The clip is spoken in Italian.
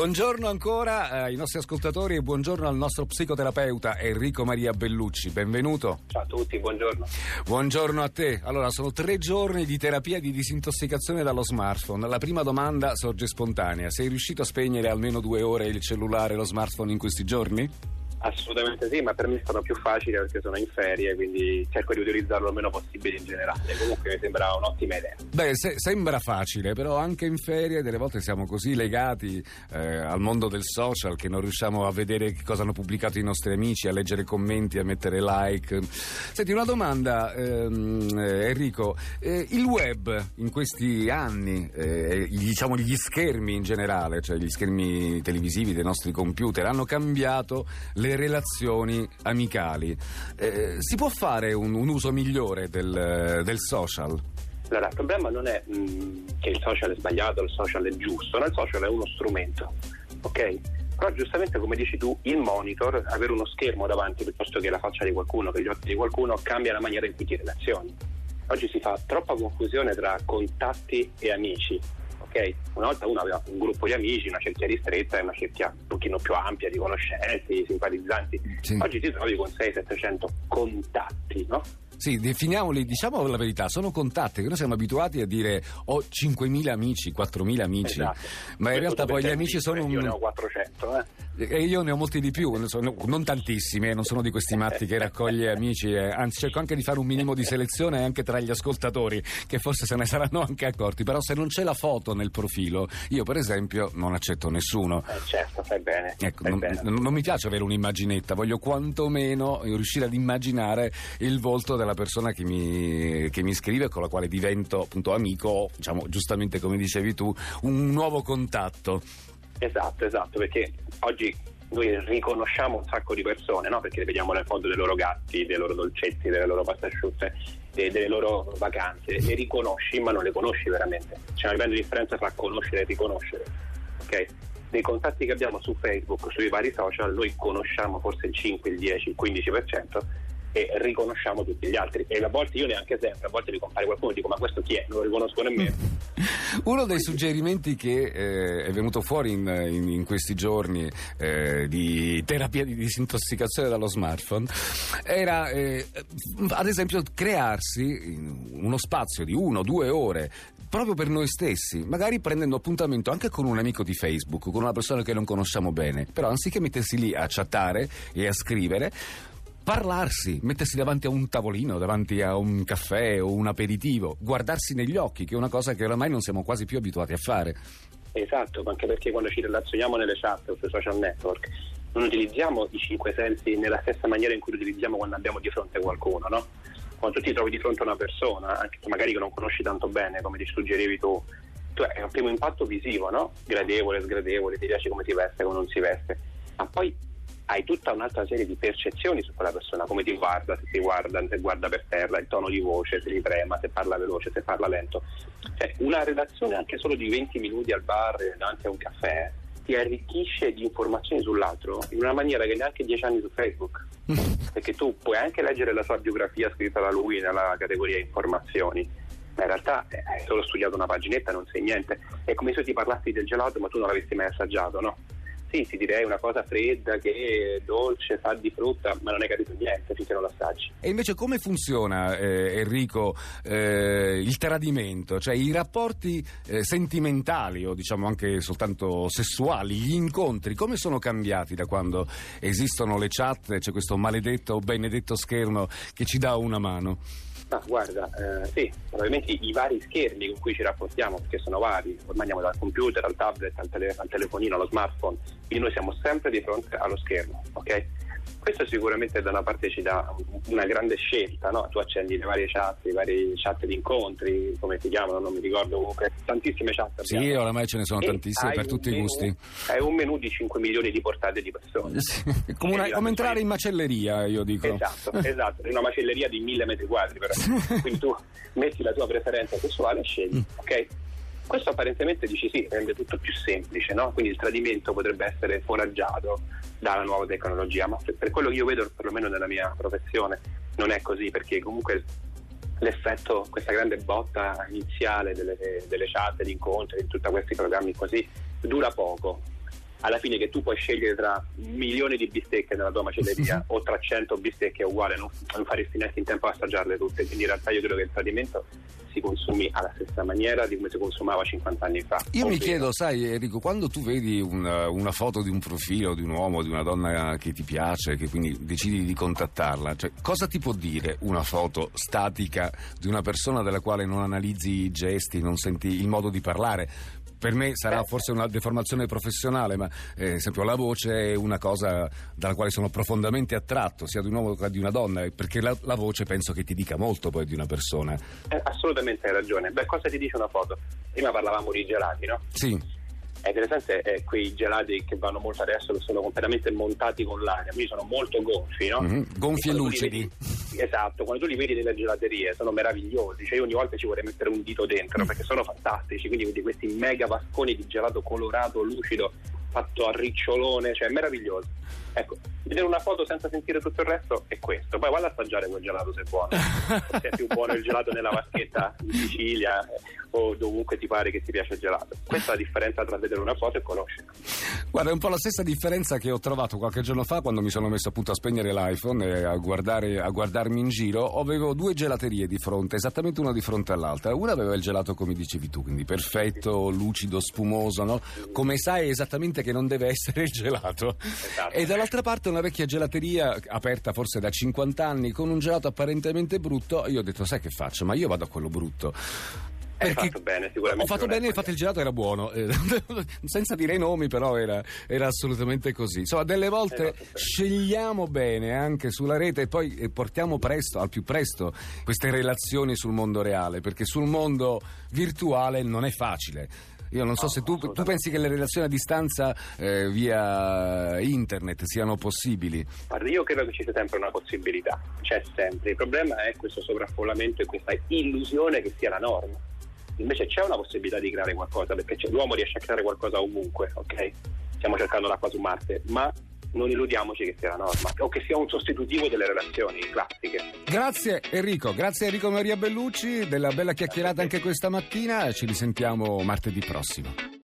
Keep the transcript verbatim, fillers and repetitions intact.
Buongiorno ancora ai nostri ascoltatori e buongiorno al nostro psicoterapeuta Enrico Maria Bellucci, benvenuto. Ciao a tutti, buongiorno. Buongiorno a te. Allora, sono tre giorni di terapia di disintossicazione dallo smartphone. La prima domanda sorge spontanea: sei riuscito a spegnere almeno due ore il cellulare e lo smartphone in questi giorni? Assolutamente sì, ma per me è stato più facile perché sono in ferie, quindi cerco di utilizzarlo il meno possibile in generale. Comunque mi sembra un'ottima idea. Beh, se, sembra facile, però anche in ferie delle volte siamo così legati eh, al mondo del social che non riusciamo a vedere che cosa hanno pubblicato i nostri amici, a leggere commenti, a mettere like. Senti, una domanda, ehm, eh, Enrico. Eh, il web in questi anni, eh, diciamo gli schermi in generale, cioè gli schermi televisivi dei nostri computer, hanno cambiato le relazioni amicali. Eh, si può fare un, un uso migliore del, del social? Allora, il problema non è mh, che il social è sbagliato, il social è giusto, no? Il social è uno strumento, ok? Però giustamente, come dici tu, il monitor, avere uno schermo davanti piuttosto che la faccia di qualcuno, che gli occhi di qualcuno, cambia la maniera in cui ti relazioni. Oggi si fa troppa confusione tra contatti e amici. Okay. Una volta uno aveva un gruppo di amici, una cerchia ristretta e una cerchia un pochino più ampia di conoscenti, simpatizzanti. Sì. Oggi ti trovi con sei settecento contatti, no? Sì, definiamoli, diciamo la verità, sono contatti che noi siamo abituati a dire ho cinquemila amici, quattromila amici, esatto. Ma in realtà poi gli amici sono un... Io ne ho quattrocento, eh. E io ne ho molti di più, non tantissimi, eh, non sono di questi matti che raccoglie amici, eh, anzi cerco anche di fare un minimo di selezione anche tra gli ascoltatori, che forse se ne saranno anche accorti, però se non c'è la foto nel profilo, io per esempio non accetto nessuno. Eh certo, fai bene. Ecco, fai non, bene. non mi piace avere un'immaginetta, voglio quantomeno riuscire ad immaginare il volto della persona che mi, che mi scrive, con la quale divento appunto amico, diciamo giustamente come dicevi tu, un nuovo contatto. Esatto, esatto, perché oggi noi riconosciamo un sacco di persone, no? Perché le vediamo nel fondo dei loro gatti, dei loro dolcetti, delle loro pasta asciutte, delle loro vacanze. Le riconosci, ma non le conosci veramente. C'è una grande differenza tra conoscere e riconoscere, ok? Dei contatti che abbiamo su Facebook, sui vari social, noi conosciamo forse il cinque, il dieci, il quindici per cento e riconosciamo tutti gli altri, e a volte io neanche sempre, a volte mi compare qualcuno e dico ma questo chi è? Non lo riconosco nemmeno. Uno dei suggerimenti che eh, è venuto fuori in, in, in questi giorni eh, di terapia di disintossicazione dallo smartphone era eh, ad esempio crearsi uno spazio di uno o due ore proprio per noi stessi, magari prendendo appuntamento anche con un amico di Facebook, con una persona che non conosciamo bene, però anziché mettersi lì a chattare e a scrivere, parlarsi, mettersi davanti a un tavolino, davanti a un caffè o un aperitivo, guardarsi negli occhi, che è una cosa che oramai non siamo quasi più abituati a fare. Esatto, anche perché quando ci relazioniamo nelle chat o sui social network non utilizziamo i cinque sensi nella stessa maniera in cui li utilizziamo quando abbiamo di fronte qualcuno, no? Quando tu ti trovi di fronte a una persona, anche magari che non conosci tanto bene, come ti suggerivi tu, tu hai un primo impatto visivo, no? Gradevole, sgradevole, ti piace come si veste, come non si veste, ma poi hai tutta un'altra serie di percezioni su quella persona, come ti guarda, se ti guarda, se guarda per terra, il tono di voce, se li trema, se parla veloce, se parla lento. Cioè, una relazione anche solo di venti minuti al bar davanti a un caffè ti arricchisce di informazioni sull'altro in una maniera che neanche dieci anni su Facebook, perché tu puoi anche leggere la sua biografia scritta da lui nella categoria informazioni, ma in realtà hai solo studiato una paginetta, non sai niente. È come se ti parlassi del gelato ma tu non l'avessi mai assaggiato, no? Sì, ti direi una cosa fredda che è dolce, sa di frutta, ma non hai capito niente finché non lo assaggi. E invece come funziona, eh, Enrico, eh, il tradimento, cioè i rapporti eh, sentimentali o diciamo anche soltanto sessuali, gli incontri, come sono cambiati da quando esistono le chat e c'è questo maledetto o benedetto schermo che ci dà una mano? Ah, guarda, eh, sì, probabilmente i vari schermi con cui ci rapportiamo, perché sono vari, ormai andiamo dal computer al tablet, al, tele, al telefonino, allo smartphone, quindi noi siamo sempre di fronte allo schermo, ok? Questo sicuramente da una parte ci dà una grande scelta, no? Tu accendi le varie chat, i vari chat di incontri, come si chiamano, non mi ricordo, comunque tantissime chat abbiamo. Sì, oramai ce ne sono e tantissime per tutti menù, i gusti. Hai un menù di cinque milioni di portate di persone. Sì, come, una, come entrare in macelleria, io dico. Esatto, esatto, in una macelleria di mille metri quadri però. Quindi tu metti la tua preferenza sessuale e scegli, ok? Questo apparentemente dici sì, rende tutto più semplice, no? Quindi il tradimento potrebbe essere foraggiato dalla nuova tecnologia, ma per quello che io vedo, perlomeno nella mia professione, non è così, perché comunque l'effetto, questa grande botta iniziale delle, delle chat, di incontri, di tutti questi programmi così, dura poco. alla fine che tu puoi scegliere tra milioni di bistecche nella tua macelleria o tra cento bistecche è uguale, non, non faresti neanche in tempo a assaggiarle tutte, quindi in realtà io credo che il tradimento si consumi alla stessa maniera di come si consumava cinquanta anni fa. Io mi Ovvero, chiedo, sai Enrico, quando tu vedi una, una foto di un profilo, di un uomo, di una donna che ti piace, che quindi decidi di contattarla, cioè, cosa ti può dire una foto statica di una persona della quale non analizzi i gesti, non senti il modo di parlare? Per me sarà forse una deformazione professionale, ma eh, ad esempio la voce è una cosa dalla quale sono profondamente attratto, sia di un uomo che di una donna, perché la, la voce penso che ti dica molto poi di una persona. Eh, assolutamente hai ragione. Beh, cosa ti dice una foto? Prima parlavamo di gelati, no? Sì. È interessante è quei gelati che vanno molto adesso, che sono completamente montati con l'aria, quindi sono molto gonfi, no? Mm-hmm. Gonfi e lucidi. Vedi, esatto, quando tu li vedi nelle gelaterie sono meravigliosi, cioè io ogni volta ci vorrei mettere un dito dentro perché sono fantastici, quindi vedi questi mega vasconi di gelato colorato, lucido, fatto a ricciolone, cioè è meraviglioso. Ecco, vedere una foto senza sentire tutto il resto è questo. Poi vado ad assaggiare quel gelato se è buono. Se è più buono il gelato nella vaschetta in Sicilia eh, o dovunque ti pare che ti piace il gelato. Questa è la differenza tra vedere una foto e conoscere. Guarda, è un po' la stessa differenza che ho trovato qualche giorno fa quando mi sono messo appunto a spegnere l'iPhone e a guardare, a guardarmi in giro. Avevo due gelaterie di fronte, esattamente una di fronte all'altra. Una aveva il gelato come dicevi tu, quindi perfetto, lucido, spumoso, no? Come sai esattamente che non deve essere il gelato. Esatto. E dall'altra parte una vecchia gelateria aperta forse da cinquanta anni con un gelato apparentemente brutto. Io ho detto, sai che faccio? Ma io vado a quello brutto. Hai fatto bene, sicuramente. Ho fatto bene, infatti il gelato era buono, eh, senza dire i nomi, però era, era assolutamente così. Insomma, delle volte esatto, scegliamo bene anche sulla rete e poi eh, portiamo presto, al più presto, queste relazioni sul mondo reale, perché sul mondo virtuale non è facile. Io non so no, se tu, tu pensi che le relazioni a distanza eh, via internet siano possibili. Guarda, io credo che ci sia sempre una possibilità, c'è sempre. Il problema è questo sovraffollamento e questa illusione che sia la norma. Invece c'è una possibilità di creare qualcosa, perché c'è, l'uomo riesce a creare qualcosa ovunque, ok? Stiamo cercando l'acqua su Marte, ma non illudiamoci che sia la norma o che sia un sostitutivo delle relazioni classiche. Grazie Enrico, grazie Enrico Maria Bellucci della bella chiacchierata anche questa mattina, ci risentiamo martedì prossimo.